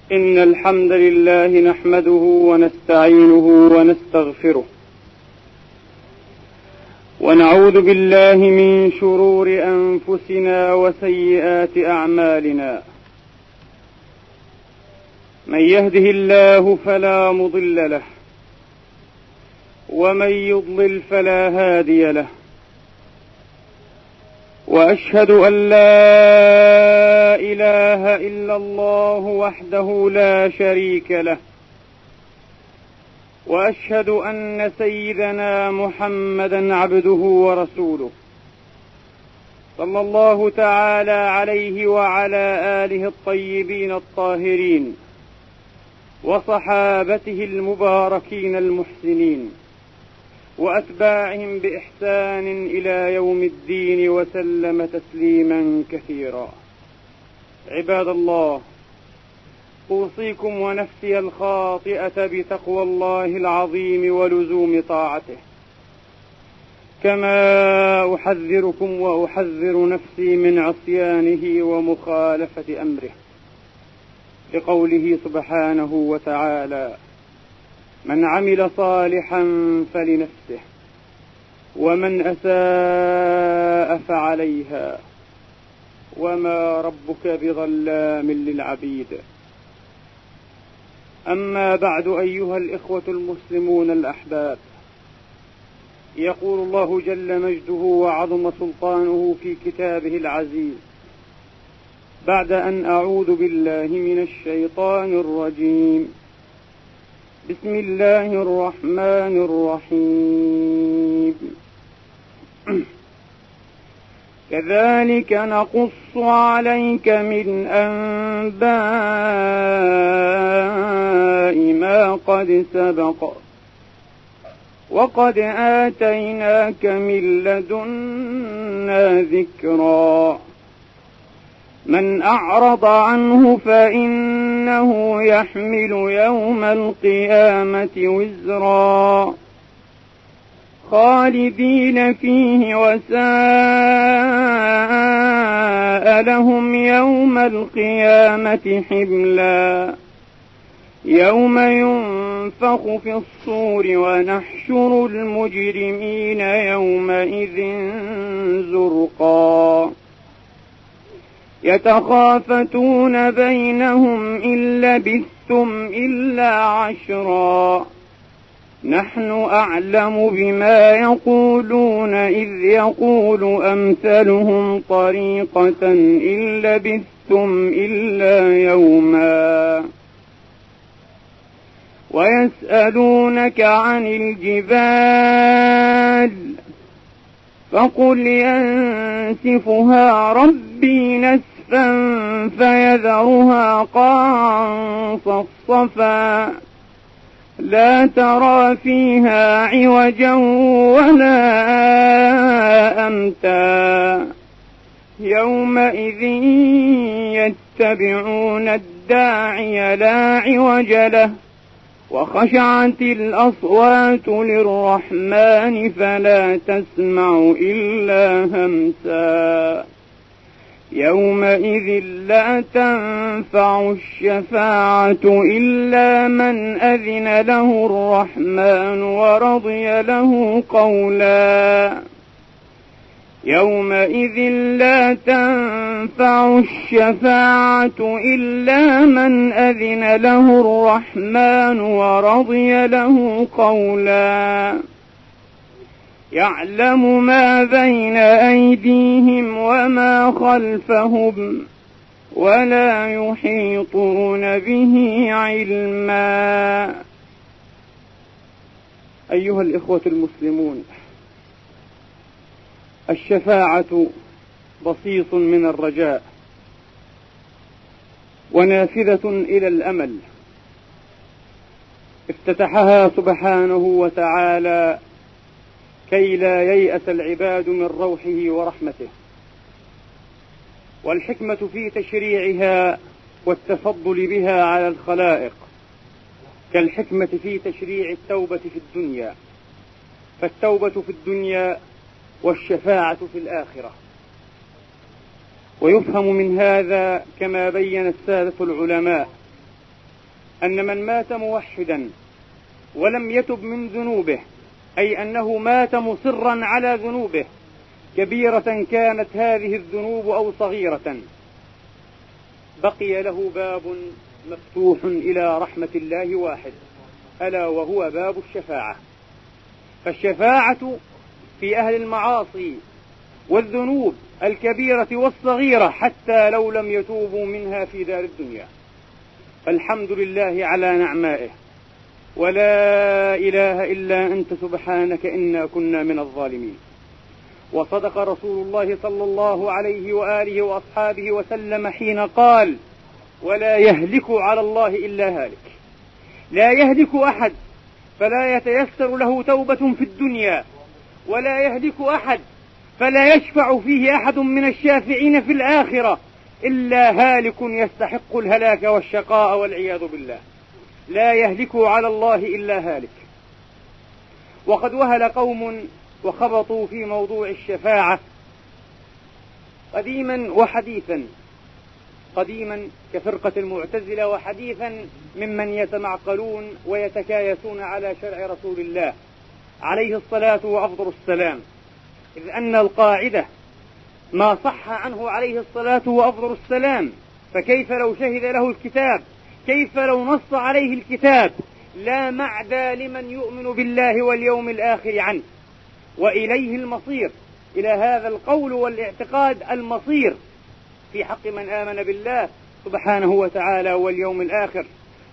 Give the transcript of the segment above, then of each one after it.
إن الحمد لله نحمده ونستعينه ونستغفره ونعوذ بالله من شرور أنفسنا وسيئات أعمالنا. من يهده الله فلا مضل له ومن يضلل فلا هادي له، وأشهد أن لا إله إلا الله وحده لا شريك له، وأشهد أن سيدنا محمدا عبده ورسوله صلى الله تعالى عليه وعلى آله الطيبين الطاهرين وصحابته المباركين المحسنين وأتباعهم بإحسان إلى يوم الدين وسلم تسليما كثيرا. عباد الله، أوصيكم ونفسي الخاطئة بتقوى الله العظيم ولزوم طاعته، كما أحذركم وأحذر نفسي من عصيانه ومخالفة أمره، لقوله سبحانه وتعالى: من عمل صالحا فلنفسه ومن أساء فعليها وما ربك بظلام للعبيد. أما بعد، أيها الإخوة المسلمون الأحباب، يقول الله جل مجده وعظم سلطانه في كتابه العزيز بعد أن أعوذ بالله من الشيطان الرجيم: بسم الله الرحمن الرحيم. كذلك نقص عليك من أنباء ما قد سبق وقد آتيناك من لدنا ذكرا. من أعرض عنه فإنه يحمل يوم القيامة وزرا خالدين فيه وساء لهم يوم القيامة حملا. يوم ينفخ في الصور ونحشر المجرمين يومئذ زرقا. يتخافتون بينهم إن لبثتم إلا عشرا. نحن أعلم بما يقولون إذ يقول أمثلهم طريقة إن لبثتم إلا يوما. ويسألونك عن الجبال فقل ينسفها ربي نسفا فيذرها قاعا صفصفا لا ترى فيها عوجا ولا أمتا. يومئذ يتبعون الداعي لا عوج له وخشعت الأصوات للرحمن فلا تسمع إلا همسا. يومئذ لا تنفع الشفاعة إلا من أذن له الرحمن ورضي له قولا. يومئذ لا تنفع الشفاعة إلا من أذن له الرحمن ورضي له قولا. يعلم ما بين أيديهم وما خلفهم ولا يحيطون به علما. أيها الإخوة المسلمون، الشفاعة بسيط من الرجاء ونافذة إلى الأمل، افتتحها سبحانه وتعالى كي لا ييأس العباد من روحه ورحمته. والحكمة في تشريعها والتفضل بها على الخلائق كالحكمة في تشريع التوبة في الدنيا، فالتوبة في الدنيا والشفاعة في الآخرة. ويفهم من هذا كما بين السادة العلماء أن من مات موحدا ولم يتب من ذنوبه، أي أنه مات مصرا على ذنوبه كبيرة كانت هذه الذنوب أو صغيرة، بقي له باب مفتوح إلى رحمة الله واحد، ألا وهو باب الشفاعة. فالشفاعة في أهل المعاصي والذنوب الكبيرة والصغيرة حتى لو لم يتوبوا منها في دار الدنيا. فالحمد لله على نعمائه، ولا إله إلا أنت سبحانك إنا كنا من الظالمين. وصدق رسول الله صلى الله عليه وآله وأصحابه وسلم حين قال: ولا يهلك على الله إلا هالك. لا يهلك أحد فلا يتيسر له توبة في الدنيا، ولا يهلك أحد فلا يشفع فيه أحد من الشافعين في الآخرة إلا هالك يستحق الهلاك والشقاء والعياذ بالله. لا يهلك على الله إلا هالك. وقد وهل قوم وخبطوا في موضوع الشفاعة قديما وحديثا، قديما كفرقة المعتزلة، وحديثا ممن يتمعقلون ويتكايسون على شرع رسول الله عليه الصلاة وأفضل السلام، إذ أن القاعدة ما صح عنه عليه الصلاة وأفضل السلام، فكيف لو شهد له الكتاب، كيف لو نص عليه الكتاب، لا معدى لمن يؤمن بالله واليوم الآخر عنه، وإليه المصير، إلى هذا القول والاعتقاد المصير في حق من آمن بالله سبحانه وتعالى واليوم الآخر.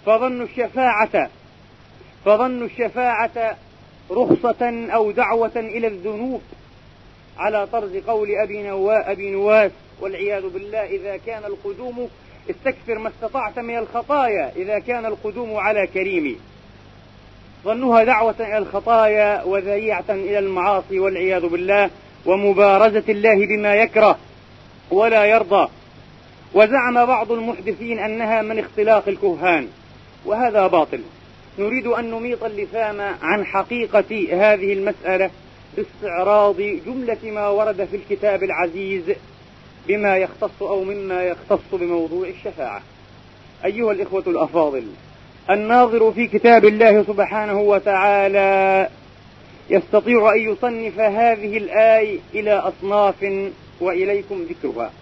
فظن الشفاعة رخصة أو دعوة إلى الذنوب، على طرز قول أبي نواس والعياذ بالله: إذا كان القدوم استكثر ما استطعت من الخطايا إذا كان القدوم على كريم. ظنها دعوة إلى الخطايا وذريعة إلى المعاصي والعياذ بالله، ومبارزة الله بما يكره ولا يرضى. وزعم بعض المحدثين أنها من اختلاق الكهان، وهذا باطل. نريد أن نميط اللثام عن حقيقة هذه المسألة باستعراض جملة ما ورد في الكتاب العزيز بما يختص أو مما يختص بموضوع الشفاعة. أيها الإخوة الأفاضل، الناظر في كتاب الله سبحانه وتعالى يستطيع أن يصنف هذه الآية إلى أصناف، وإليكم ذكرها.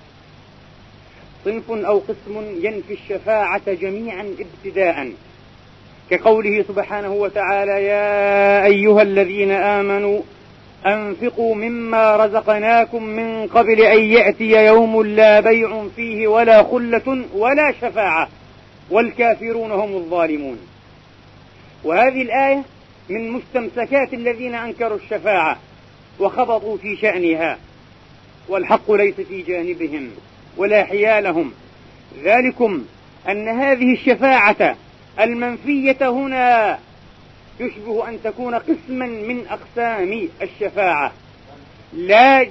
صنف أو قسم ينفي الشفاعة جميعا ابتداء، كقوله سبحانه وتعالى: يا أيها الذين آمنوا أنفقوا مما رزقناكم من قبل أن يأتي يوم لا بيع فيه ولا خلة ولا شفاعة والكافرون هم الظالمون. وهذه الآية من مستمسكات الذين أنكروا الشفاعة وخبطوا في شأنها، والحق ليس في جانبهم ولا حيالهم. ذلكم أن هذه الشفاعة المنفية هنا يشبه أن تكون قسما من أقسام الشفاعة، لا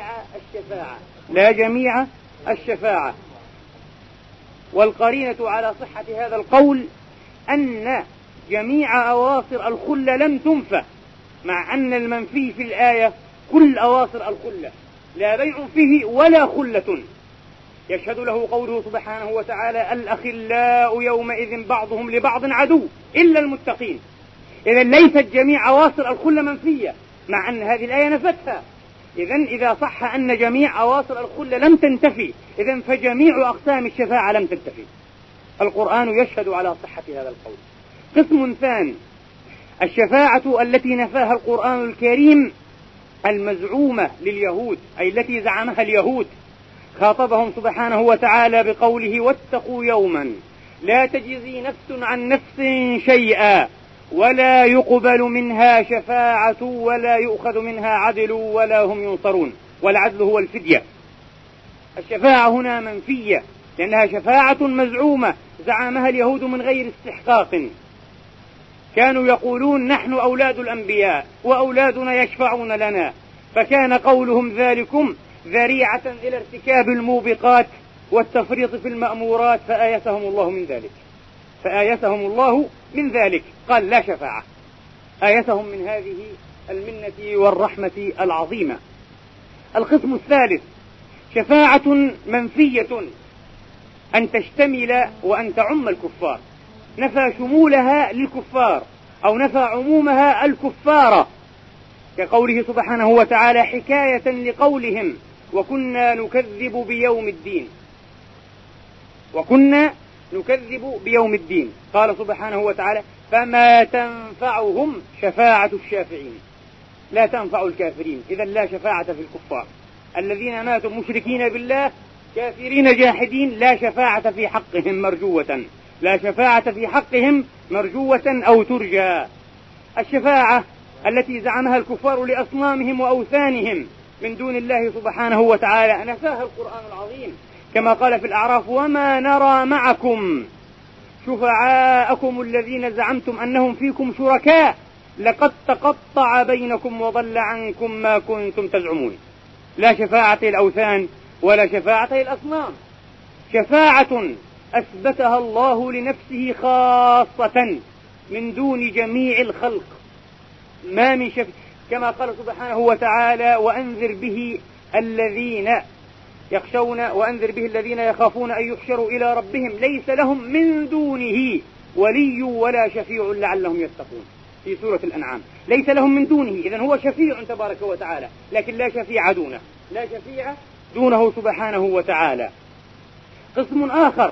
جميع الشفاعة. والقرينة على صحة هذا القول أن جميع أواصر الخلة لم تنفى، مع أن المنفي في الآية كل أواصر الخلة، لا بيع فيه ولا خلة. يشهد له قوله سبحانه وتعالى: الأخلاء يومئذ بعضهم لبعض عدو إلا المتقين. إذا ليست جميع أواصر الخلة منفية، مع أن هذه الآية نفتها. إذا صح أن جميع أواصر الخلة لم تنتفي، إذن فجميع أقسام الشفاعة لم تنتفي. القرآن يشهد على صحة هذا القول. قسم ثاني: الشفاعة التي نفاها القرآن الكريم المزعومة لليهود، أي التي زعمها اليهود. خاطبهم سبحانه وتعالى بقوله: واتقوا يوما لا تجزي نفس عن نفس شيئا ولا يقبل منها شفاعة ولا يؤخذ منها عدل ولا هم ينصرون. والعدل هو الفدية. الشفاعة هنا منفية لأنها شفاعة مزعومة زعمها اليهود من غير استحقاق. كانوا يقولون: نحن أولاد الأنبياء وأولادنا يشفعون لنا، فكان قولهم ذلكم ذريعة إلى ارتكاب الموبقات والتفريط في المأمورات، فآيتهم الله من ذلك، قال: لا شفاعة. آيتهم من هذه المنة والرحمة العظيمة. القسم الثالث: شفاعة منفية أن تشتمل وأن تعم الكفار، نفى شمولها للكفار أو نفى عمومها الكفار، كقوله سبحانه وتعالى حكاية لقولهم وكنا نكذب بيوم الدين. وكنا نكذب بيوم الدين. قال سبحانه وتعالى فما تنفعهم شفاعة الشافعين، لا تنفع الكافرين، إذا لا شفاعة في الكفار الذين ماتوا مشركين بالله كافرين جاحدين، لا شفاعة في حقهم مرجوة، لا شفاعة في حقهم مرجوة أو ترجى. الشفاعة التي زعمها الكفار لأصنامهم وأوثانهم من دون الله سبحانه وتعالى نفاها القرآن العظيم، كما قال في الأعراف وما نرى معكم شفعاءكم الذين زعمتم أنهم فيكم شركاء لقد تقطع بينكم وضل عنكم ما كنتم تزعمون. لا شفاعة الأوثان ولا شفاعة الأصنام، شفاعة أثبتها الله لنفسه خاصة من دون جميع الخلق. ما من كما قال سبحانه وتعالى وأنذر به الذين يخشون وأنذر به الذين يخافون أن يحشروا إلى ربهم ليس لهم من دونه ولي ولا شفيع لعلهم يتقون، في سورة الأنعام. ليس لهم من دونه، إذن هو شفيع تبارك وتعالى، لكن لا شفيع دونه، لا شفيع دونه سبحانه وتعالى. قسم آخر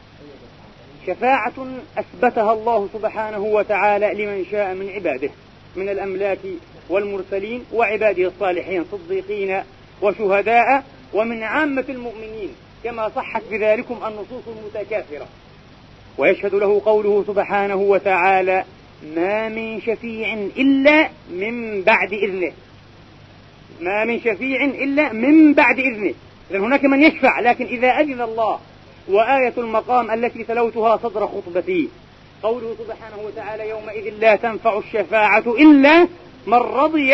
شفاعة أثبتها الله سبحانه وتعالى لمن شاء من عباده من الأملاك والمرسلين وعباده الصالحين صديقين وشهداء ومن عامة المؤمنين، كما صحت بذلكم النصوص المتكاثرة. ويشهد له قوله سبحانه وتعالى ما من شفيع إلا من بعد إذنه، ما من شفيع إلا من بعد إذنه. إذن هناك من يشفع لكن إذا أذن الله. وآية المقام التي تلوتها صدر خطبتي قوله سبحانه وتعالى يومئذ لا تنفع الشفاعة إلا من رضي،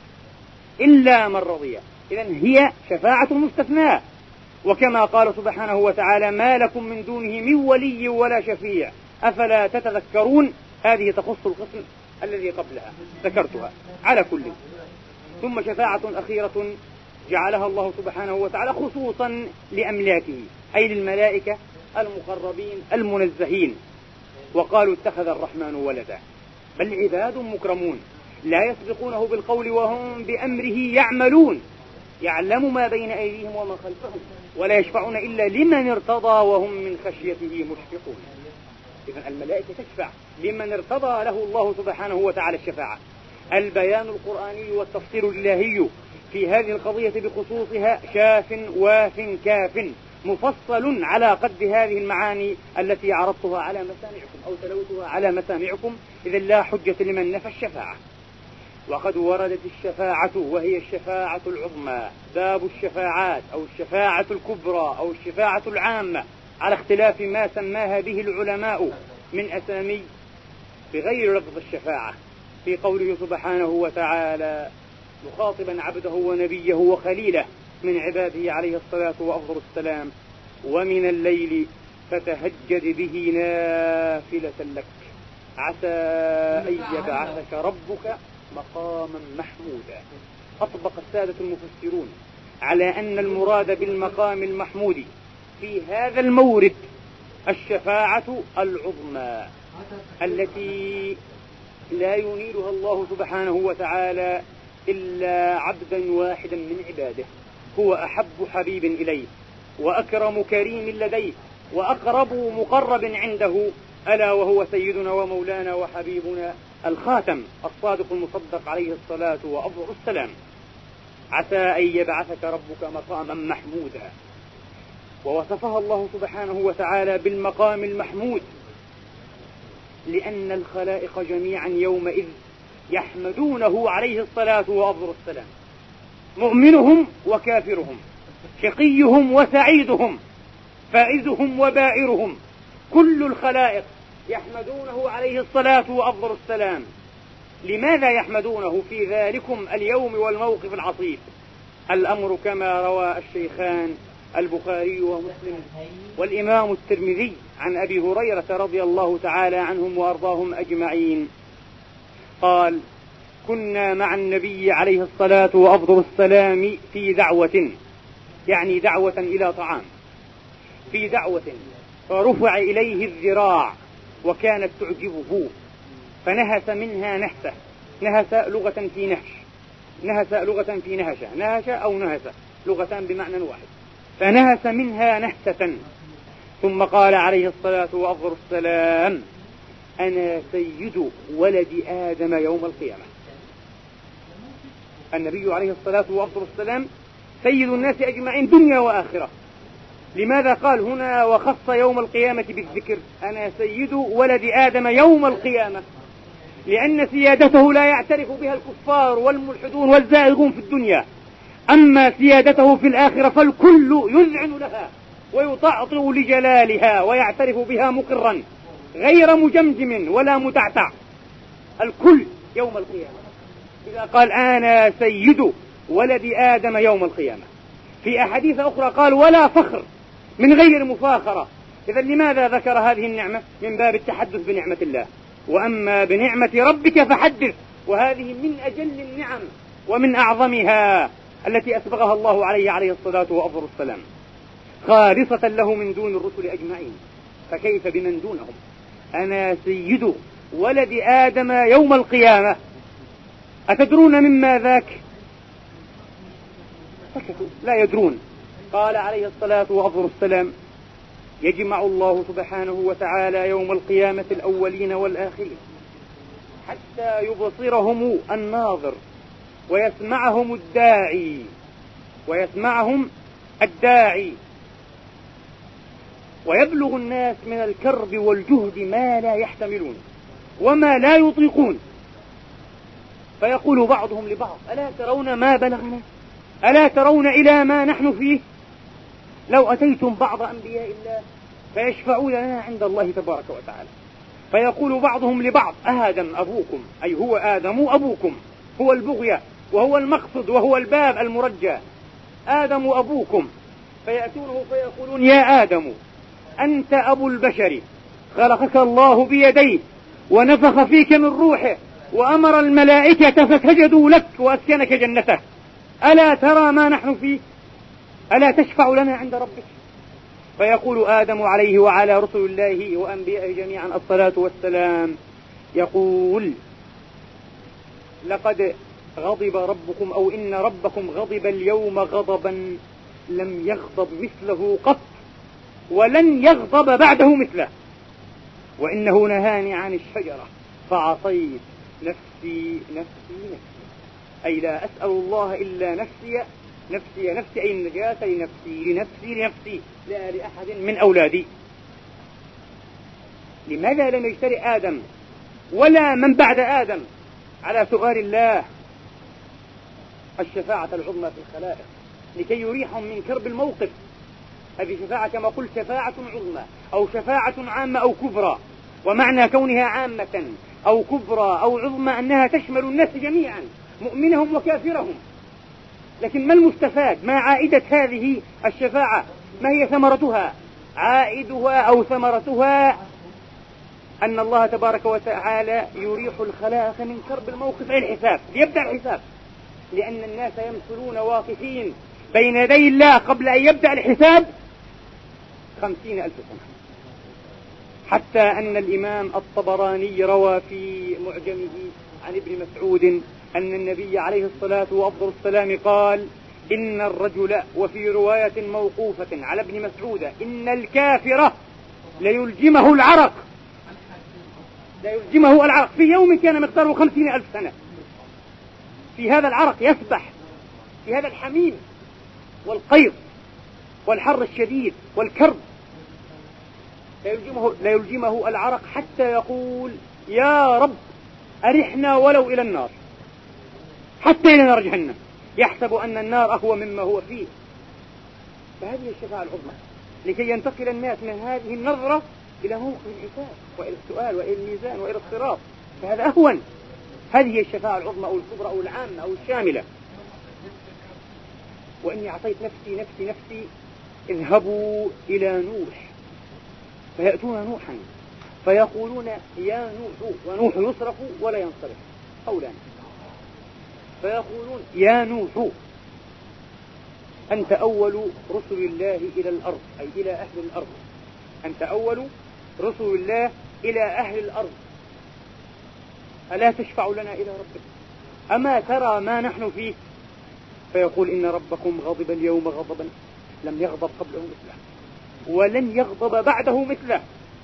إلا من رضي. إذن هي شفاعة مستثناة. وكما قال سبحانه وتعالى ما لكم من دونه من ولي ولا شفيع أفلا تتذكرون، هذه تخص القسم الذي قبلها ذكرتها على كل. ثم شفاعة أخيرة جعلها الله سبحانه وتعالى خصوصا لأملاكه أي للملائكة المقربين المنزهين، وقالوا اتخذ الرحمن ولدا، بل عباد مكرمون لا يسبقونه بالقول وهم بأمره يعملون، يعلم ما بين أيديهم وما خلفهم ولا يشفعون إلا لمن ارتضى وهم من خشيته مشفقون. إذن الملائكة تشفع لمن ارتضى له الله سبحانه وتعالى الشفاعة. البيان القرآني والتفسير الإلهي في هذه القضية بخصوصها شاف واف كاف مفصل على قد هذه المعاني التي عرضتها على مسامعكم أو تلوتها على مسامعكم، إذن لا حجة لمن نفى الشفاعة. وقد وردت الشفاعة وهي الشفاعة العظمى، باب الشفاعات أو الشفاعة الكبرى أو الشفاعة العامة على اختلاف ما سماها به العلماء من أسامي بغير لفظ الشفاعة، في قوله سبحانه وتعالى مخاطبا عبده ونبيه وخليله من عباده عليه الصلاة وأفضل السلام ومن الليل فتهجد به نافلة لك عسى أن يبعثك ربك مقاما محمودا. أطبق السادة المفسرون على أن المراد بالمقام المحمود في هذا المورد الشفاعة العظمى التي لا ينيلها الله سبحانه وتعالى إلا عبدا واحدا من عباده، هو أحب حبيب إليه وأكرم كريم لديه وأقرب مقرب عنده، ألا وهو سيدنا ومولانا وحبيبنا الخاتم الصادق المصدق عليه الصلاة وأفضل السلام. عسى أن يبعثك ربك مقاما محمودا. ووصفها الله سبحانه وتعالى بالمقام المحمود لأن الخلائق جميعا يومئذ يحمدونه عليه الصلاة وأفضل السلام، مؤمنهم وكافرهم، شقيهم وسعيدهم، فائزهم وبائرهم، كل الخلائق يحمدونه عليه الصلاة وأفضل السلام. لماذا يحمدونه في ذلكم اليوم والموقف العصيب؟ الأمر كما روى الشيخان البخاري ومسلم والإمام الترمذي عن أبي هريرة رضي الله تعالى عنهم وأرضاهم أجمعين قال كنا مع النبي عليه الصلاة وأفضل السلام في دعوة، يعني دعوة إلى طعام، في دعوة فرفع إليه الذراع وكانت تعجبه فنهس منها نهسة. نهس لغة في نهش، نهس لغة في نهشة، نهش أو نهس لغتان بمعنى واحد. فنهس منها نهسة ثم قال عليه الصلاة وأفضل السلام: أنا سيد ولد آدم يوم القيامة. النبي عليه الصلاة وأفضل السلام سيد الناس أجمعين دنيا وآخرة. لماذا قال هنا وخص يوم القيامة بالذكر؟ أنا سيد ولد آدم يوم القيامة، لأن سيادته لا يعترف بها الكفار والملحدون والزائغون في الدنيا، أما سيادته في الآخرة فالكل يذعن لها ويطأطئ لجلالها ويعترف بها مقرا غير مجمجم ولا متعتع، الكل يوم القيامة. إذا قال أنا سيد ولد آدم يوم القيامة، في أحاديث أخرى قال ولا فخر من غير مفاخرة. إذا لماذا ذكر هذه النعمة؟ من باب التحدث بنعمة الله. وأما بنعمة ربك فحدث، وهذه من أجل النعم ومن أعظمها التي أسبغها الله عليه الصلاة وأفضل السلام، خالصة له من دون الرسل أجمعين، فكيف بمن دونهم؟ أنا سيد ولد آدم يوم القيامة. أتدرون مما ذاك؟ سكتوا لا يدرون. قال عليه الصلاة وأفضل السلام: يجمع الله سبحانه وتعالى يوم القيامة الأولين والآخرين حتى يبصرهم الناظر ويسمعهم الداعي ويبلغ الناس من الكرب والجهد ما لا يحتملون وما لا يطيقون، فيقول بعضهم لبعض: ألا ترون ما بلغنا؟ ألا ترون إلى ما نحن فيه؟ لو أتيتم بعض أنبياء الله فيشفعون لنا عند الله تبارك وتعالى. فيقول بعضهم لبعض: آدم أبوكم، أي هو آدم أبوكم، هو البغية وهو المقصد وهو الباب المرجى، آدم أبوكم. فيأتونه فيقولون: يا آدم أنت أبو البشر، خلقك الله بيديه ونفخ فيك من روحه وأمر الملائكة فسجدوا لك وأسكنك جنته، ألا ترى ما نحن فيه؟ ألا تشفع لنا عند ربك؟ فيقول آدم عليه وعلى رسل الله وأنبيائه جميعا الصلاة والسلام، يقول: لقد غضب ربكم، أو إن ربكم غضب اليوم غضبا لم يغضب مثله قط ولن يغضب بعده مثله، وإنه نهاني عن الشجرة فعصيت، نفسي نفسي نفسي، أي لا أسأل الله إلا نفسي نفسي نفسي، أي النجاة لنفسي لا لأحد من أولادي. لماذا لم يجترئ آدم ولا من بعد آدم على سؤال الله الشفاعة العظمى في الخلائق لكي يريحهم من كرب الموقف؟ هذه شفاعة كما قلت شفاعة عظمى أو شفاعة عامة أو كبرى، ومعنى كونها عامة أو كبرى أو عظمى أنها تشمل الناس جميعا مؤمنهم وكافرهم. لكن ما المستفاد؟ ما عائدة هذه الشفاعة؟ ما هي ثمرتها؟ عائدها أو ثمرتها أن الله تبارك وتعالى يريح الخلائق من كرب الموقف، أي الحساب، ليبدأ الحساب، لأن الناس يمثلون واقفين بين يدي الله قبل أن يبدأ الحساب 50,000 سنة. حتى أن الإمام الطبراني روى في معجمه عن ابن مسعود أن النبي عليه الصلاة وأفضل السلام قال: إن الرجل، وفي رواية موقوفة على ابن مسعود: إن الكافر ليلجمه العرق في يوم كان مقداره 50,000 سنة. في هذا العرق يسبح، في هذا الحميم والقيض والحر الشديد والكرب، ليلجمه العرق حتى يقول: يا رب أرحنا ولو إلى النار، حتى إلى نار جهنم، يحسب أن النار أهوى مما هو فيه. فهذه الشفاعة العظمى لكي ينتقل الناس من هذه النظرة إلى موقف الحساب وإلى السؤال وإلى الميزان وإلى الصراط، فهذا أهون. هذه الشفاعة العظمى أو الكبرى أو العامة أو الشاملة. وإني أعطيت نفسي نفسي نفسي، اذهبوا إلى نوح، فيأتون نوحا فيقولون: يا نوح، ونوح يصرف ولا ينصرف قولا، فيقولون: يا نوح أنت أول رسل الله إلى الأرض، أي إلى أهل الأرض، أنت أول رسل الله إلى أهل الأرض: ألا تشفع لنا إلى ربك؟ أما ترى ما نحن فيه؟ فيقول: إن ربكم غضب اليوم غضبا لم يغضب قبله مثله ولن يغضب بعده مثله،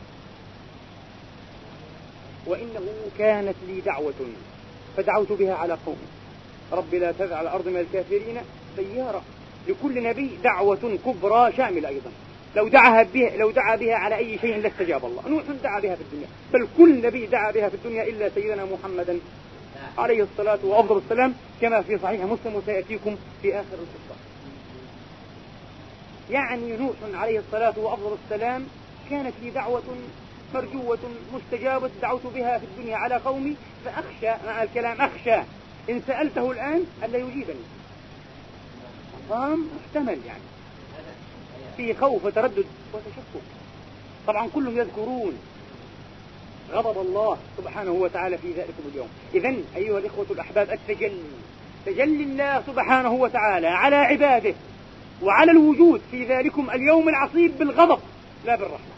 وإنه كانت لي دعوة فدعوت بها على قومي، رب لا تذر على الأرض من الكافرين ديارا. لكل نبي دعوة كبرى شاملة أيضا، لو دعا بها على أي شيء لاستجاب الله. نوح دعا بها في الدنيا، بل كل نبي دعا بها في الدنيا إلا سيدنا محمدا عليه الصلاة وأفضل السلام، كما في صحيح مسلم وسيأتيكم في آخر القصة. يعني نوح عليه الصلاة وأفضل السلام كانت لي دعوة مرجوة مستجابة دعوت بها في الدنيا على قومي، فأخشى مع الكلام، أخشى إن سألته الآن ألا يجيبني. مقام محتمل، يعني في خوف وتردد وتشكك. طبعا كلهم يذكرون غضب الله سبحانه وتعالى في ذلكم اليوم. إذن أيها الإخوة الأحباب، تجلي الله سبحانه وتعالى على عباده وعلى الوجود في ذلكم اليوم العصيب بالغضب لا بالرحمة.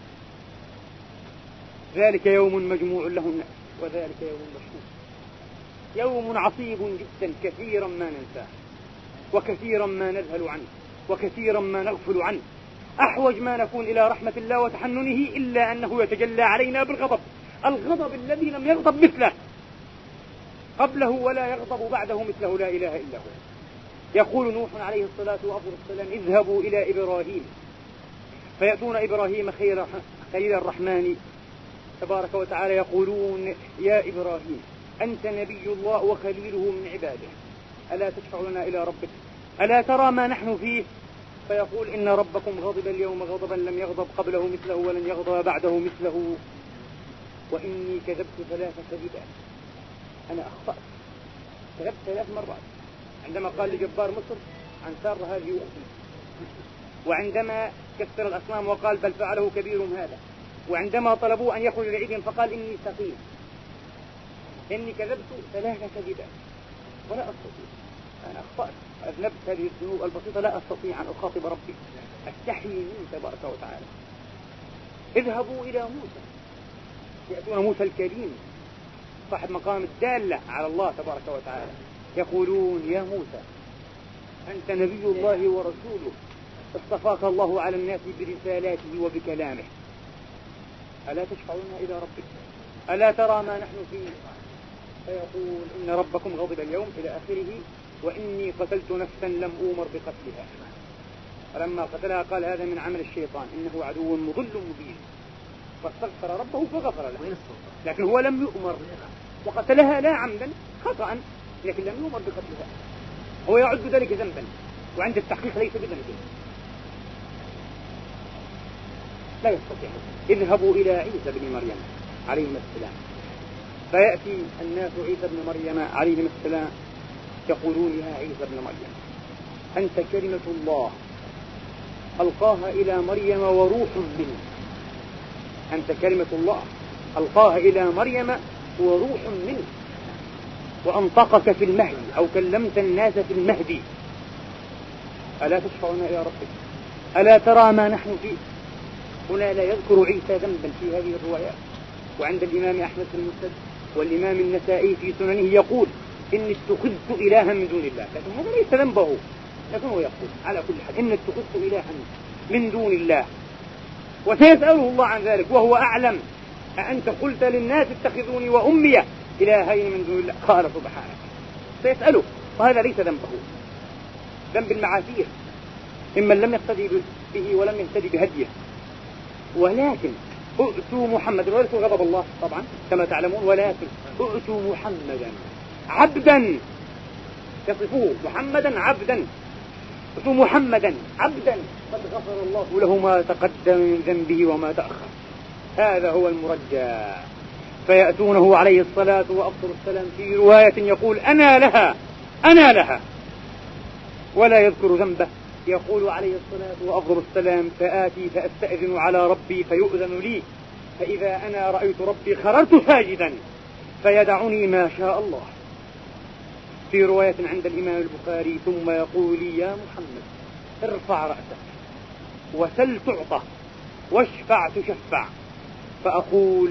ذلك يوم مجموع له الناس وذلك يوم مشهود، يوم عصيب جدا كثيرا ما ننساه وكثيرا ما نذهل عنه وكثيرا ما نغفل عنه. أحوج ما نكون إلى رحمة الله وتحننه إلا أنه يتجلى علينا بالغضب، الغضب الذي لم يغضب مثله قبله ولا يغضب بعده مثله، لا إله إلا هو. يقول نوح عليه الصلاة والسلام: اذهبوا إلى إبراهيم، فيأتون إبراهيم خليل الرحمن تبارك وتعالى، يقولون: يا إبراهيم أنت نبي الله وخليله من عباده، ألا تشفع لنا إلى ربك؟ ألا ترى ما نحن فيه؟ فيقول: إن ربكم غضب اليوم غضبا لم يغضب قبله مثله ولن يغضب بعده مثله، وإني كذبت 3 كذبات. أنا أخطأت، كذبت 3 مرات، عندما قال لجبار مصر عن سارة هذه أختي، وعندما كسر الأصنام وقال بل فعله كبيرهم هذا، وعندما طلبوا أن يخرج لعيدهم فقال إني سقيم. إني كذبت 3 كذبات ولا أستطيع، أنا أخطأت، أذنبت هذه الذنوب البسيطة، لا أستطيع أن أخاطب ربي، أستحي منه تبارك وتعالى. اذهبوا إلى موسى، يأتون موسى الكريم صاحب مقام الدالة على الله تبارك وتعالى، يقولون: يا موسى أنت نبي الله ورسوله، اصطفاك الله على الناس برسالاته وبكلامه، ألا تشفعون إلى ربك؟ ألا ترى ما نحن فيه؟ فيقول: إن ربكم غضب اليوم إلى آخره، وإني قتلت نفسا لم أؤمر بقتلها، فلما قتلها قال: هذا من عمل الشيطان إنه عدو مضل مبين، فاستغفر ربه فغفر له، لكن هو لم يؤمر وقتلها لا عمدا، خطأ، لكن لم يؤمر بقتلها، هو يعد ذلك ذنبا، وعند التحقيق ليس بذنب، لا يستطيع. اذهبوا إلى عيسى بن مريم عليه السلام، فيأتي الناس عيسى بن مريم عليه السلام يقولون: يا عيسى بن مريم أنت كلمة الله ألقاها إلى مريم وروح منه، أنت كلمة الله ألقاها إلى مريم وروح منه، وأنطقك في المهد أو كلمت الناس في المهد، ألا تشفعنا إلى ربك؟ ألا ترى ما نحن فيه؟ هنا لا يذكر عيسى ذنبا في هذه الروايات. وعند الإمام أحمد في المسند والإمام النسائي في سننه يقول: إني اتخذت إلها من دون الله، لكن هذا ليس ذنبه، لكن هو يقول على كل حال: إني اتخذت إلها من دون الله، وسيسأله الله عن ذلك وهو أعلم: أأنت قلت للناس اتخذوني وأمي إلهين من دون الله؟ قال: سبحانك. سيسأله، وهذا ليس ذنبه، ذنب المعاصير ممن لم يقتدي به ولم يهتدي بهديه. ولكن ائتوا محمد، وليس غضب الله طبعا كما تعلمون، ولكن ائتوا محمدا عبدا، يصفوه محمدا عبدا، ائتوا محمدا عبدا قد غفر الله له ما تقدم من ذنبه وما تأخر، هذا هو المرجى. فيأتونه عليه الصلاة والسلام في رواية يقول: أنا لها، ولا يذكر ذنبه. يقول عليه الصلاة والسلام: فآتي فأستأذن على ربي فيؤذن لي، فإذا أنا رأيت ربي خررت ساجدا فيدعني ما شاء الله. في رواية عند الإمام البخاري: ثم يقول لي: يا محمد ارفع رأسك وسل تعطى واشفع تشفع، فأقول: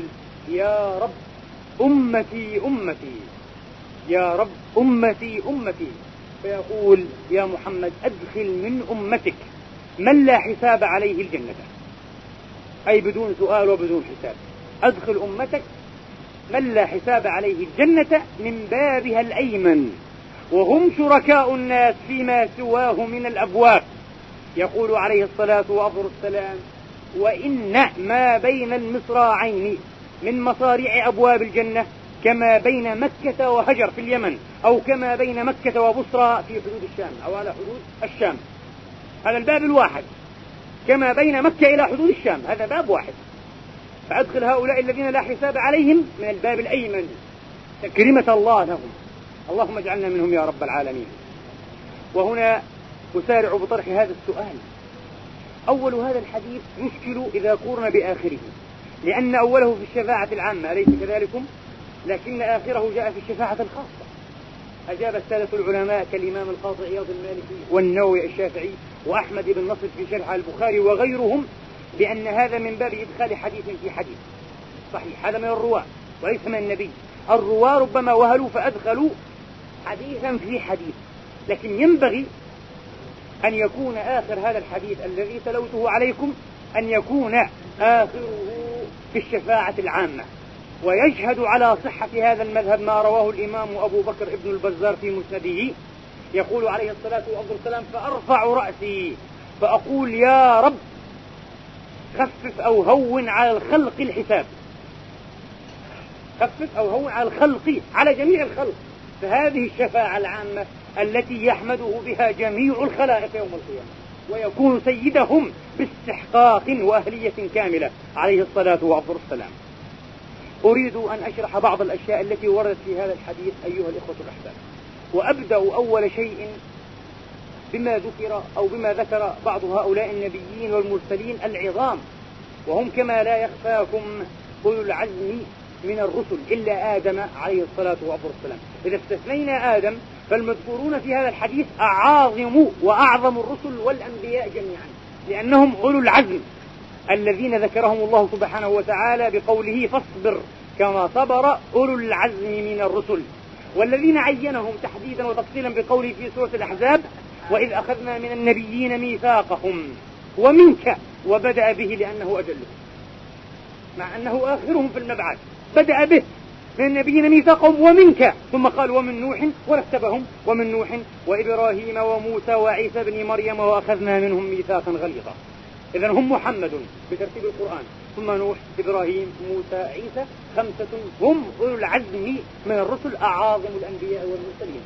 يا رب أمتي أمتي، يا رب أمتي أمتي، فيقول يا محمد أدخل من أمتك من لا حساب عليه الجنة، أي بدون سؤال وبدون حساب. أدخل أمتك من لا حساب عليه الجنة من بابها الأيمن، وهم شركاء الناس فيما سواه من الأبواب. يقول عليه الصلاة والسلام: وإن ما بين المصراعين من مصاريع أبواب الجنة كما بين مكة وهجر في اليمن، أو كما بين مكة وبصرى في حدود الشام، أو على حدود الشام. هذا الباب الواحد، كما بين مكة إلى حدود الشام، هذا باب واحد. فأدخل هؤلاء الذين لا حساب عليهم من الباب الأيمن تكريمة الله لهم. اللهم اجعلنا منهم يا رب العالمين. وهنا أسارع بطرح هذا السؤال: أول هذا الحديث يشكل إذا قورن بآخره، لأن أوله في الشفاعة العامة، أليس كذلكم؟ لكن آخره جاء في الشفاعة الخاصة. أجاب السادة العلماء كالإمام القاضي عياض المالكي والنووي الشافعي وأحمد بن نصر في شرح البخاري وغيرهم بأن هذا من باب إدخال حديث في حديث. صحيح، هذا من الرواة وليس من النبي. الرواة ربما وهلوا فأدخلوا حديثا في حديث، لكن ينبغي أن يكون آخر هذا الحديث الذي تلوته عليكم أن يكون آخره في الشفاعة العامة. ويشهد على صحة هذا المذهب ما رواه الإمام أبو بكر ابن البزار في مسنده، يقول عليه الصلاة والسلام: فأرفع رأسي فأقول يا رب خفف أو هون على الخلق الحساب، خفف أو هون على الخلق، على جميع الخلق. فهذه الشفاعة العامة التي يحمده بها جميع الخلائق يوم القيامة، ويكون سيدهم باستحقاق وأهلية كاملة عليه الصلاة والسلام. أريد أن أشرح بعض الأشياء التي وردت في هذا الحديث أيها الإخوة الأحباب. وأبدأ أول شيء بما ذكر أو بما ذكر بعض هؤلاء النبيين والمرسلين العظام، وهم كما لا يخفاكم أولو العزم من الرسل إلا آدم عليه الصلاة والسلام. إذا استثنينا آدم فالمذكورون في هذا الحديث أعاظم وأعظم الرسل والأنبياء جميعا، لأنهم أولو العزم الذين ذكرهم الله سبحانه وتعالى بقوله: فاصبر كما صبر أولو العزم من الرسل. والذين عينهم تحديدا وتفصيلا بقوله في سورة الأحزاب: وإذ أخذنا من النبيين ميثاقهم ومنك، وبدأ به لأنه أجلهم، مع أنه آخرهم في المبعث، بدأ به من النبيين ميثاقهم ومنك، ثم قال ومن نوح، ورتبهم: ومن نوح وإبراهيم وموسى وعيسى بن مريم وأخذنا منهم ميثاقا غليظا. إذن هم محمد بترتيب القرآن، ثم نوح، إبراهيم، موسى، عيسى، 5 هم أولو العزم من الرسل، أعاظم الأنبياء والمرسلين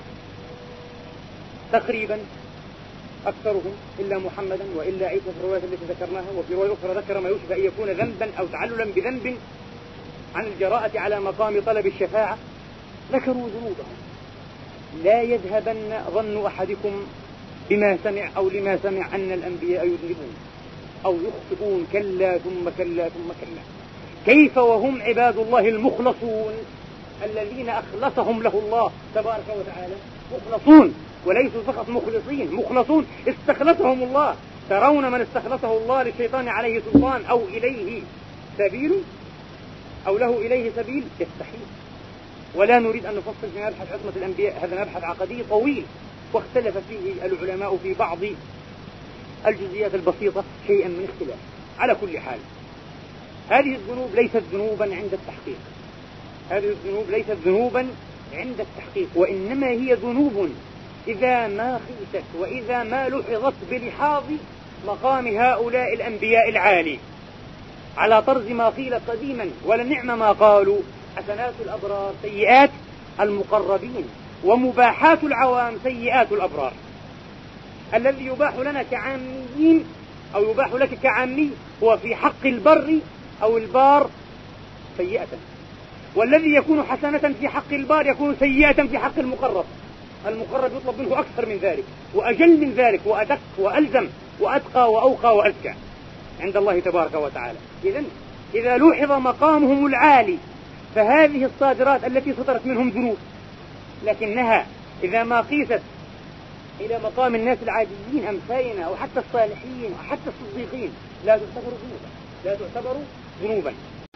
تقريبا، أكثرهم إلا محمدا وإلا عيسى في الروايات التي ذكرناها. وفي رواية أخرى ذكر ما يشبه أن يكون ذنبا أو تعللا بذنب عن الجراءة على مقام طلب الشفاعة، ذكروا ذنوبهم. لا يذهبن ظن أحدكم بما سمع أو لما سمع أن الأنبياء يذنبون أو يخطئون، كلا ثم كلا ثم كلا. كيف وهم عباد الله المخلصون الذين أخلصهم له الله تبارك وتعالى، مخلصون وليسوا فقط مخلصين، مخلصون استخلصهم الله. ترون من استخلصه الله للشيطان عليه سلطان أو إليه سبيل أو له إليه سبيل؟ يستحيل. ولا نريد أن نفصل في مبحث عصمة الأنبياء، هذا مبحث عقدي طويل واختلف فيه العلماء في بعض الجزئيات البسيطة شيئا من اختلاف. على كل حال، هذه الذنوب ليست ذنوبا عند التحقيق، هذه الذنوب ليست ذنوبا عند التحقيق، وإنما هي ذنوب إذا ما قيست وإذا ما لحظت بلحاظ مقام هؤلاء الأنبياء العالي، على طرز ما قيل قديما: ولنعم ما قالوا حسنات الأبرار سيئات المقربين، ومباحات العوام سيئات الأبرار. الذي يباح لنا كعاميين أو يباح لك كعامي هو في حق البر أو البار سيئة، والذي يكون حسنة في حق البار يكون سيئة في حق المقرب. المقرب يطلب منه أكثر من ذلك وأجل من ذلك وأدق وألزم وأتقى وأوقى وأزكى عند الله تبارك وتعالى. إذن إذا لوحظ مقامهم العالي فهذه الصادرات التي صدرت منهم ذنوب، لكنها إذا ما قيست إلى مقام الناس العاديين أمثالنا أو حتى الصالحين أو حتى الصديقين لا تعتبر ذنوبا، لا تعتبر ذنوبا.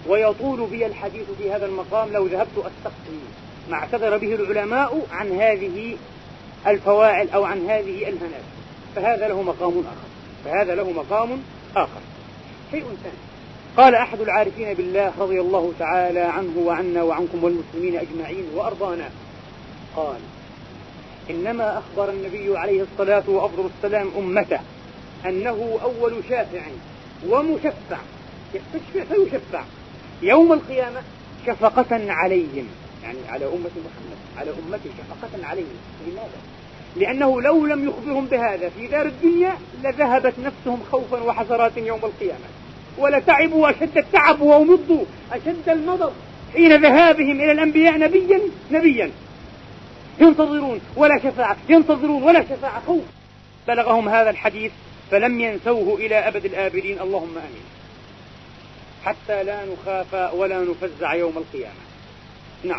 ويطول بي الحديث في هذا المقام لو ذهبت أستقصي ما اعتذر به العلماء عن هذه الفواعل أو عن هذه الهنات، فهذا له مقام آخر. شيء ثاني، قال أحد العارفين بالله رضي الله تعالى عنه وعنا وعنكم والمسلمين أجمعين وأرضانا، قال: إنما أخبر النبي عليه الصلاة والسلام أمته أنه أول شافع ومشفع، يستشفع فيشفع يوم القيامة شفقة عليهم، يعني على أمة محمد، على أمته شفقة عليهم. لماذا؟ لأنه لو لم يخبرهم بهذا في دار الدنيا لذهبت نفسهم خوفا وحسرات يوم القيامة، ولتعبوا أشد التعب ومضوا أشد المضض حين ذهابهم إلى الأنبياء نبيا ينتظرون ولا شفاعة خوف. بلغهم هذا الحديث فلم ينسوه إلى أبد الآبدين، اللهم آمين، حتى لا نخاف ولا نفزع يوم القيامة. نعم،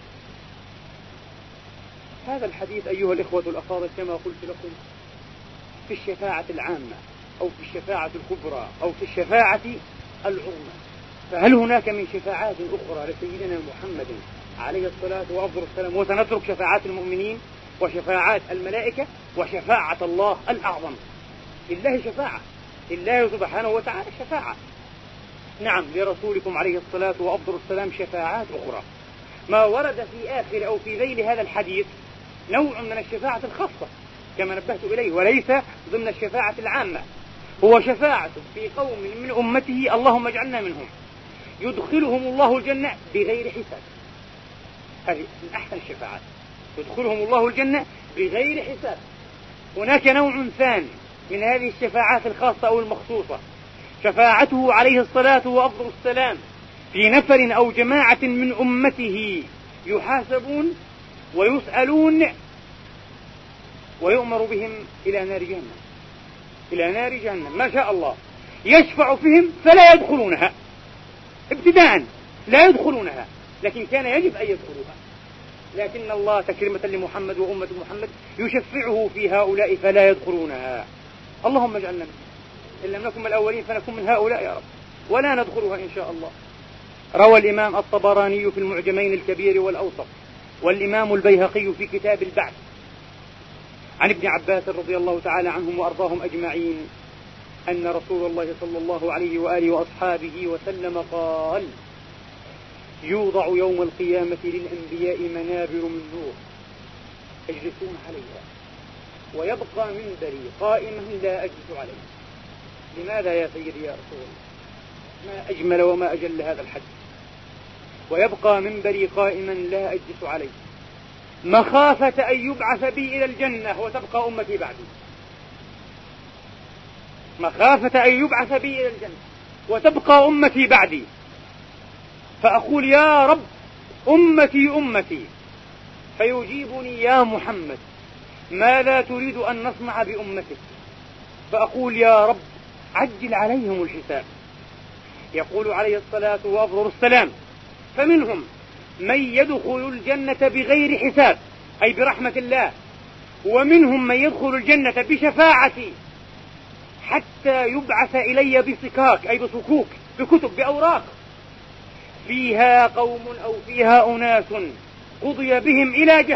هذا الحديث أيها الإخوة الأفاضل كما قلت لكم في الشفاعة العامة أو في الشفاعة الكبرى أو في الشفاعة العظمى. فهل هناك من شفاعات أخرى لسيدنا محمد عليه الصلاة والسلام وسنترك شفاعات المؤمنين وشفاعات الملائكة وشفاعة الله الأعظم؟ لله شفاعة، لله سبحانه وتعالى شفاعة. نعم، لرسولكم عليه الصلاة والسلام شفاعات أخرى. ما ورد في آخر أو في ذيل هذا الحديث نوع من الشفاعة الخاصة كما نبهت إليه، وليس ضمن الشفاعة العامة. هو شفاعة في قوم من أمته، اللهم اجعلنا منهم، يدخلهم الله الجنة بغير حساب. هذه من أحسن الشفاعات، يدخلهم الله الجنة بغير حساب. هناك نوع ثاني من هذه الشفاعات الخاصة أو المخصوصة، شفاعته عليه الصلاة والسلام في نفر أو جماعة من أمته يحاسبون ويسألون ويؤمر بهم إلى نار جهنم، ما شاء الله، يشفع فيهم فلا يدخلونها ابتداء، لا يدخلونها، لكن كان يجب أن يدخلوها، لكن الله تكريمة لمحمد وأمة محمد يشفعه في هؤلاء فلا يدخلونها. اللهم اجعلنا منهم، إن لم نكن من الأولين فنكون من هؤلاء يا رب، ولا ندخلها إن شاء الله. روى الإمام الطبراني في المعجمين الكبير والأوسط، والإمام البيهقي في كتاب البعث، عن ابن عباس رضي الله تعالى عنهم وأرضاهم أجمعين أن رسول الله صلى الله عليه وآله وأصحابه وسلم قال: يوضع يوم القيامة للأنبياء منابر من نور يجلسون عليها، ويبقى منبري قائما لا أجلس عليه. لماذا يا سيدي يا رسول الله؟ ما أجمل وما أجل هذا الحديث. ويبقى منبري قائما لا أجلس عليه مخافة أن يبعث بي إلى الجنة وتبقى أمتي بعدي، مخافة أن يبعث بي إلى الجنة وتبقى أمتي بعدي، فأقول يا رب أمتي، فيجيبني يا محمد ماذا تريد أن نصنع بأمتك؟ فأقول يا رب عجل عليهم الحساب. يقول عليه الصلاة والسلام: فمنهم من يدخل الجنة بغير حساب، أي برحمة الله، ومنهم من يدخل الجنة بشفاعتي حتى يبعث إلي بصكاك، أي بصكوك، بكتب، بأوراق فيها قوم أو فيها أناس قضي بهم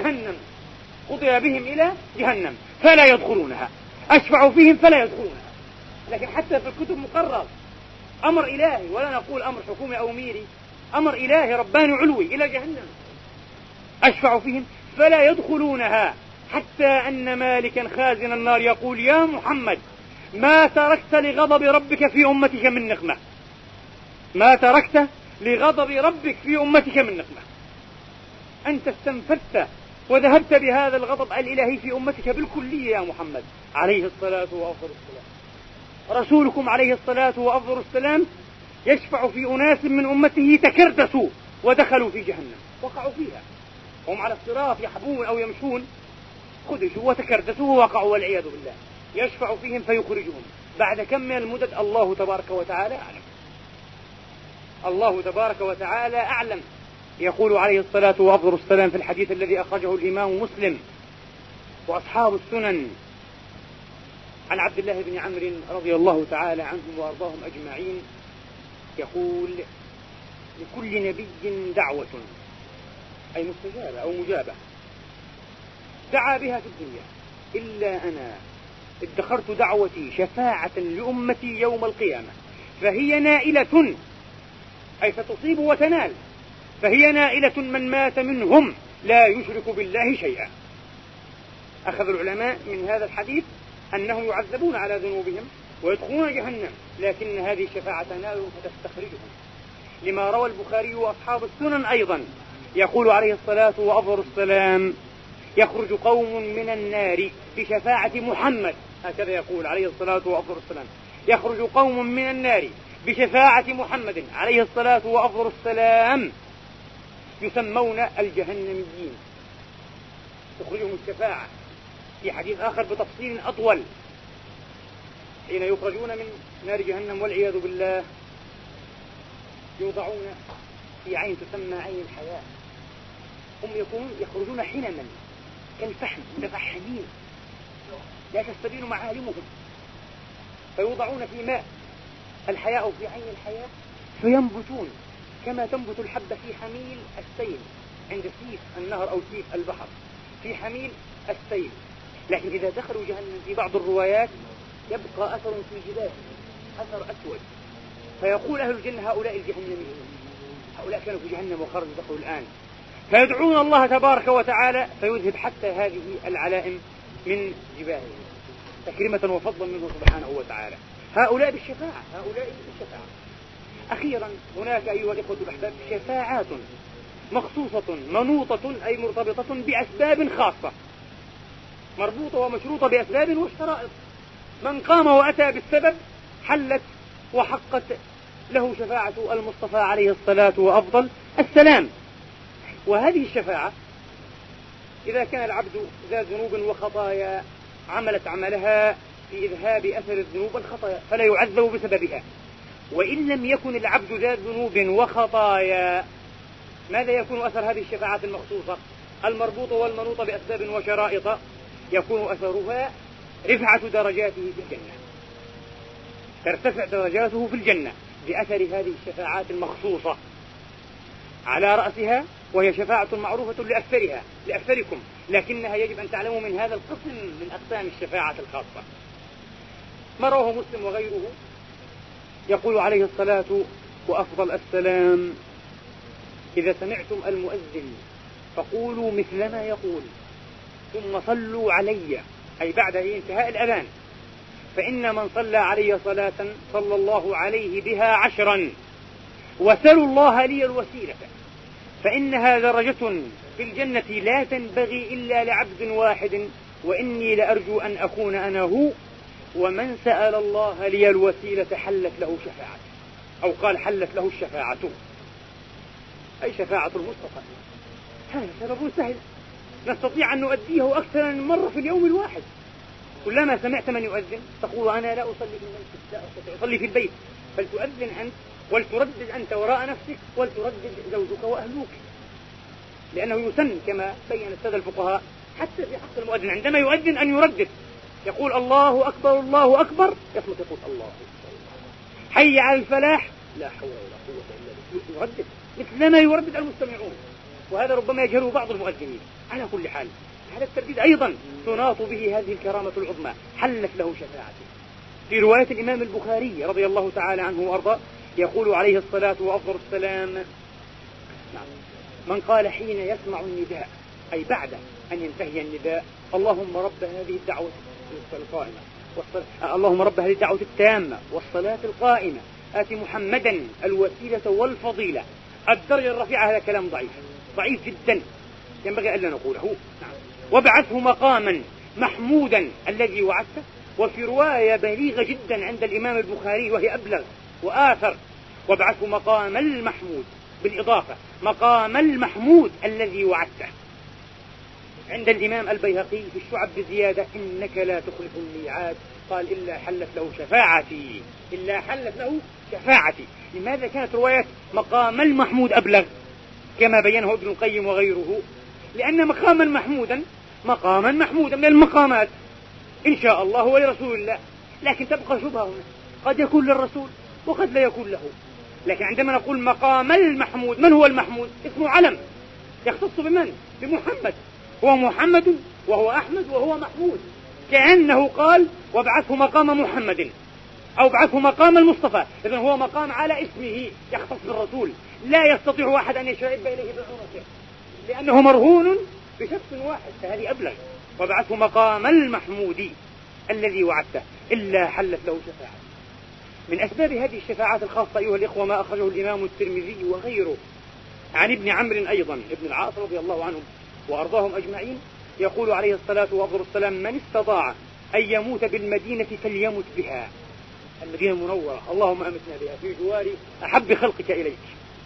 إلى جهنم فلا يدخلونها، أشفع فيهم فلا يدخلونها. لكن حتى في الكتب مقرر أمر إلهي، ولا نقول أمر حكومي أو ميري، أمر إلهي رباني علوي إلى جهنم، أشفع فيهم فلا يدخلونها. حتى أن مالكا خازن النار يقول: يا محمد ما تركت لغضب ربك في أمتك من نقمة، ما تركت لغضب ربك في أمتك من نقمة، أنت استنفذت وذهبت بهذا الغضب الإلهي في أمتك بالكلية يا محمد عليه الصلاة والسلام. رسولكم عليه الصلاة والسلام يشفع في أناس من أمته تكردسوا ودخلوا في جهنم، وقعوا فيها، هم على الصراط يحبون أو يمشون، خدشوا وتكردسوا ووقعوا والعياذ بالله. يشفع فيهم فيخرجهم بعد كم من المدد؟ الله تبارك وتعالى أعلم، الله تبارك وتعالى أعلم. يقول عليه الصلاة والسلام في الحديث الذي أخرجه الإمام مسلم وأصحاب السنن عن عبد الله بن عمرو رضي الله تعالى عنهم وأرضاهم أجمعين، يقول: لكل نبي دعوة، أي مستجابة أو مجابة دعا بها في الدنيا، إلا أنا ادخرت دعوتي شفاعة لأمتي يوم القيامة، فهي نائلة، أي ستصيب وتنال، فهي نائلة من مات منهم لا يشرك بالله شيئا. أخذ العلماء من هذا الحديث أنهم يعذبون على ذنوبهم ويدخلون جهنم، لكن هذه الشفاعة تنالهم فتستخرجهم، لما روى البخاري وأصحاب السنن أيضا يقول عليه الصلاة وأفضل السلام: يخرج قوم من النار بشفاعة محمد، هكذا يقول عليه الصلاة وأفضل السلام: يخرج قوم من النار بشفاعة محمد عليه الصلاة وأفضل السلام يسمون الجهنميين، تخرجهم الشفاعة. في حديث آخر بتفصيل أطول حين يخرجون من نار جهنم والعياذ بالله يوضعون في عين تسمى عين الحياة، هم يخرجون حينما كالفحم متفحمين لا تستبين معالمهم، فيوضعون في ماء الحياة أو في عين الحياة فينبتون كما تنبت الحبة في حميل السيل عند سيف النهر أو سيف البحر، في حميل السيل. لكن إذا دخلوا جهنم في بعض الروايات يبقى أثر في جباههم، أثر أسود، فيقول أهل الجنة: هؤلاء الجهنميين، هؤلاء كانوا في جهنم وخرجوا دخلوا الآن، فيدعون الله تبارك وتعالى فيذهب حتى هذه العلائم من جباههم تكريمة وفضلا منه سبحانه وتعالى. هؤلاء بالشفاعة، هؤلاء بالشفاعة. أخيرا هناك أيها الإخوة الأحباب شفاعات مخصوصة منوطة أي مرتبطة بأسباب خاصة، مربوطة ومشروطة بأسباب وشرائط، من قام وأتى بالسبب حلت وحقت له شفاعة المصطفى عليه الصلاة وأفضل السلام. وهذه الشفاعة إذا كان العبد ذا ذنوب وخطايا عملت عملها في إذهاب أثر الذنوب والخطايا فلا يعذب بسببها، وإن لم يكن العبد ذا ذنوب وخطايا ماذا يكون أثر هذه الشفاعة المخصوصة المربوطة والمنوطة بأسباب وشرائط؟ يكون أثرها رفعة درجاته في الجنة، ترتفع درجاته في الجنة بأثر هذه الشفاعات المخصوصة، على رأسها وهي شفاعة معروفة لأكثركم، لكنها يجب أن تعلموا من هذا القسم من أقسام الشفاعة الخاصة. ما رواه مسلم وغيره يقول عليه الصلاة وأفضل السلام: إذا سمعتم المؤذن فقولوا مثل ما يقول ثم صلوا علي، أي بعد انتهاء الأذان، فإن من صلى علي صلاة صلى الله عليه بها 10، وسلوا الله لي الوسيلة فإنها درجة في الجنة لا تنبغي إلا لعبد واحد، وإني لأرجو أن أكون أنا هو، ومن سأل الله لي الوسيلة حلت له شفاعة، أو قال حلت له الشفاعة، أي شفاعة المصطفى. هذا سبب سهل نستطيع أن نؤديه أكثر من مرة في اليوم الواحد. كلما سمعت من يؤذن تقول: أنا لا أصلي في المسجد، لا أستطيع أصلي في البيت، فلتؤذن أنت ولتردد أنت وراء نفسك ولتردد زوجك وأهلوك، لأنه يسن كما بين السادة الفقهاء حتى في حق المؤذن عندما يؤذن أن يردد، يقول: الله أكبر الله أكبر، يصمت يقول: الله أكبر، حي على الفلاح، لا حول ولا قوة إلا بالله، يردد مثل ما يردد المستمعون، وهذا ربما يجهله بعض المؤذنين. على كل حال هذا الترديد أيضا تناط به هذه الكرامة العظمى، حلت له شفاعته. في رواية الإمام البخاري رضي الله تعالى عنه وأرضاه يقول عليه الصلاة وأفضل السلام: من قال حين يسمع النداء، أي بعد أن ينتهي النداء: اللهم رب هذه الدعوة القائمة اللهم رب هذه الدعوة التامة والصلاة القائمة آت محمدا الوسيلة والفضيلة، الدرجة الرفيعة، هذا كلام ضعيف جدا ينبغي ألا نقوله، وابعثه مقاما محمودا الذي وعدته. وفي رواية بليغة جدا عند الإمام البخاري وهي أبلغ وآثر: وابعثه مقام المحمود، بالإضافة مقام المحمود الذي وعدته. عند الإمام البيهقي في الشعب بزيادة: إنك لا تخلف الميعاد، قال: إلا حلت له شفاعتي، إلا حلت له شفاعتي. لماذا كانت رواية مقام المحمود أبلغ كما بينه ابن القيم وغيره؟ لأن مقاما محمودا من المقامات إن شاء الله ولرسول الله، لكن تبقى شبهة هنا، قد يكون للرسول وقد لا يكون له، لكن عندما نقول مقام المحمود، من هو المحمود؟ اسمه علم يختص بمن؟ بمحمد. هو محمد وهو أحمد وهو محمود، كأنه قال وابعثه مقام محمد أو ابعثه مقام المصطفى. إذن هو مقام على اسمه يختص بالرسول، لا يستطيع أحد أن يشرب إليه بعونته لأنه مرهون بشخص واحد، فهذه أبلغ. وابعثه مقام المحمود الذي وعدته إلا حلت له شفاعة. من أسباب هذه الشفاعات الخاصة أيها الإخوة ما أخرجه الإمام الترمذي وغيره عن ابن عمرو أيضا ابن العاص رضي الله عنهم وأرضاهم أجمعين، يقول عليه الصلاة والسلام: من استطاع أن يموت بالمدينة فليمت بها. المدينة المنورة، اللهم أمتنا بها في جوار أحب خلقك إليك.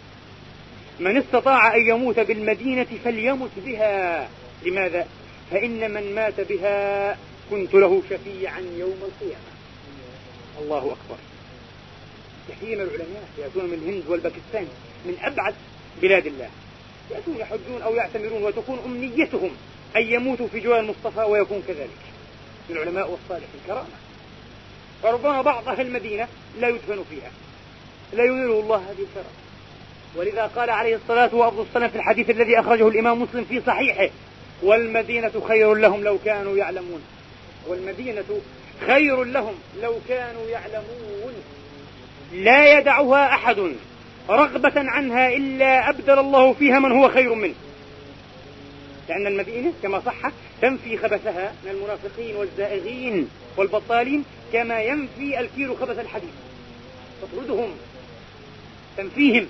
من استطاع أن يموت بالمدينة فليمت بها. لماذا؟ فإن من مات بها كنت له شفيعا يوم القيامة. الله أكبر. كثير من العلماء يأتون من الهند والباكستان، من أبعد بلاد الله، يأتون يحجون أو يعتمرون وتكون أمنيتهم أن يموتوا في جوار المصطفى ويكون كذلك من العلماء والصالحين كرامة. فربما بعض أهل المدينة لا يدفن فيها، لا ينيله الله هذه الكرامة. ولذا قال عليه الصلاة والسلام في الحديث الذي أخرجه الإمام مسلم في صحيحه: والمدينة خير لهم لو كانوا يعلمون. والمدينة خير لهم لو كانوا يعلمون. لا يدعها أحد رغبة عنها إلا أبدل الله فيها من هو خير منه، لأن المدينة كما صح تنفي خبثها من المنافقين والزائغين والبطالين كما ينفي الكير خبث الحديد، تطردهم تنفيهم،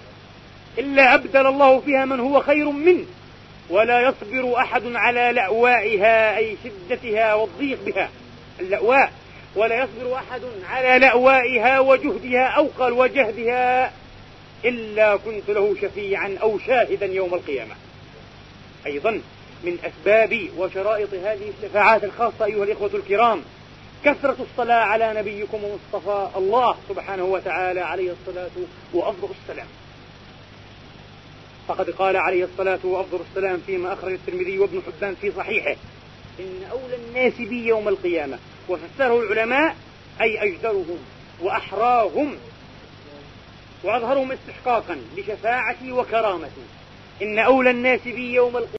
إلا أبدل الله فيها من هو خير منه. ولا يصبر أحد على لأوائها أي شدتها والضيق بها، اللأواء. ولا يصبر أحد على لأوائها وجهدها أو قال وجهدها إلا كنت له شفيعا أو شاهدا يوم القيامة. أيضا من أسباب وشرائط هذه الشفاعات الخاصة أيها الإخوة الكرام كثرة الصلاة على نبيكم ومصطفى الله سبحانه وتعالى عليه الصلاة وأفضل السلام. فقد قال عليه الصلاة وأفضل السلام فيما أخرج الترمذي وابن حبان في صحيحه: إن أولى الناس بي يوم القيامة. وفسره العلماء أي أجدرهم وأحراهم وأظهرهم استحقاقا لشفاعتي وكرامتي. إن أولى الناس بي يوم القيامة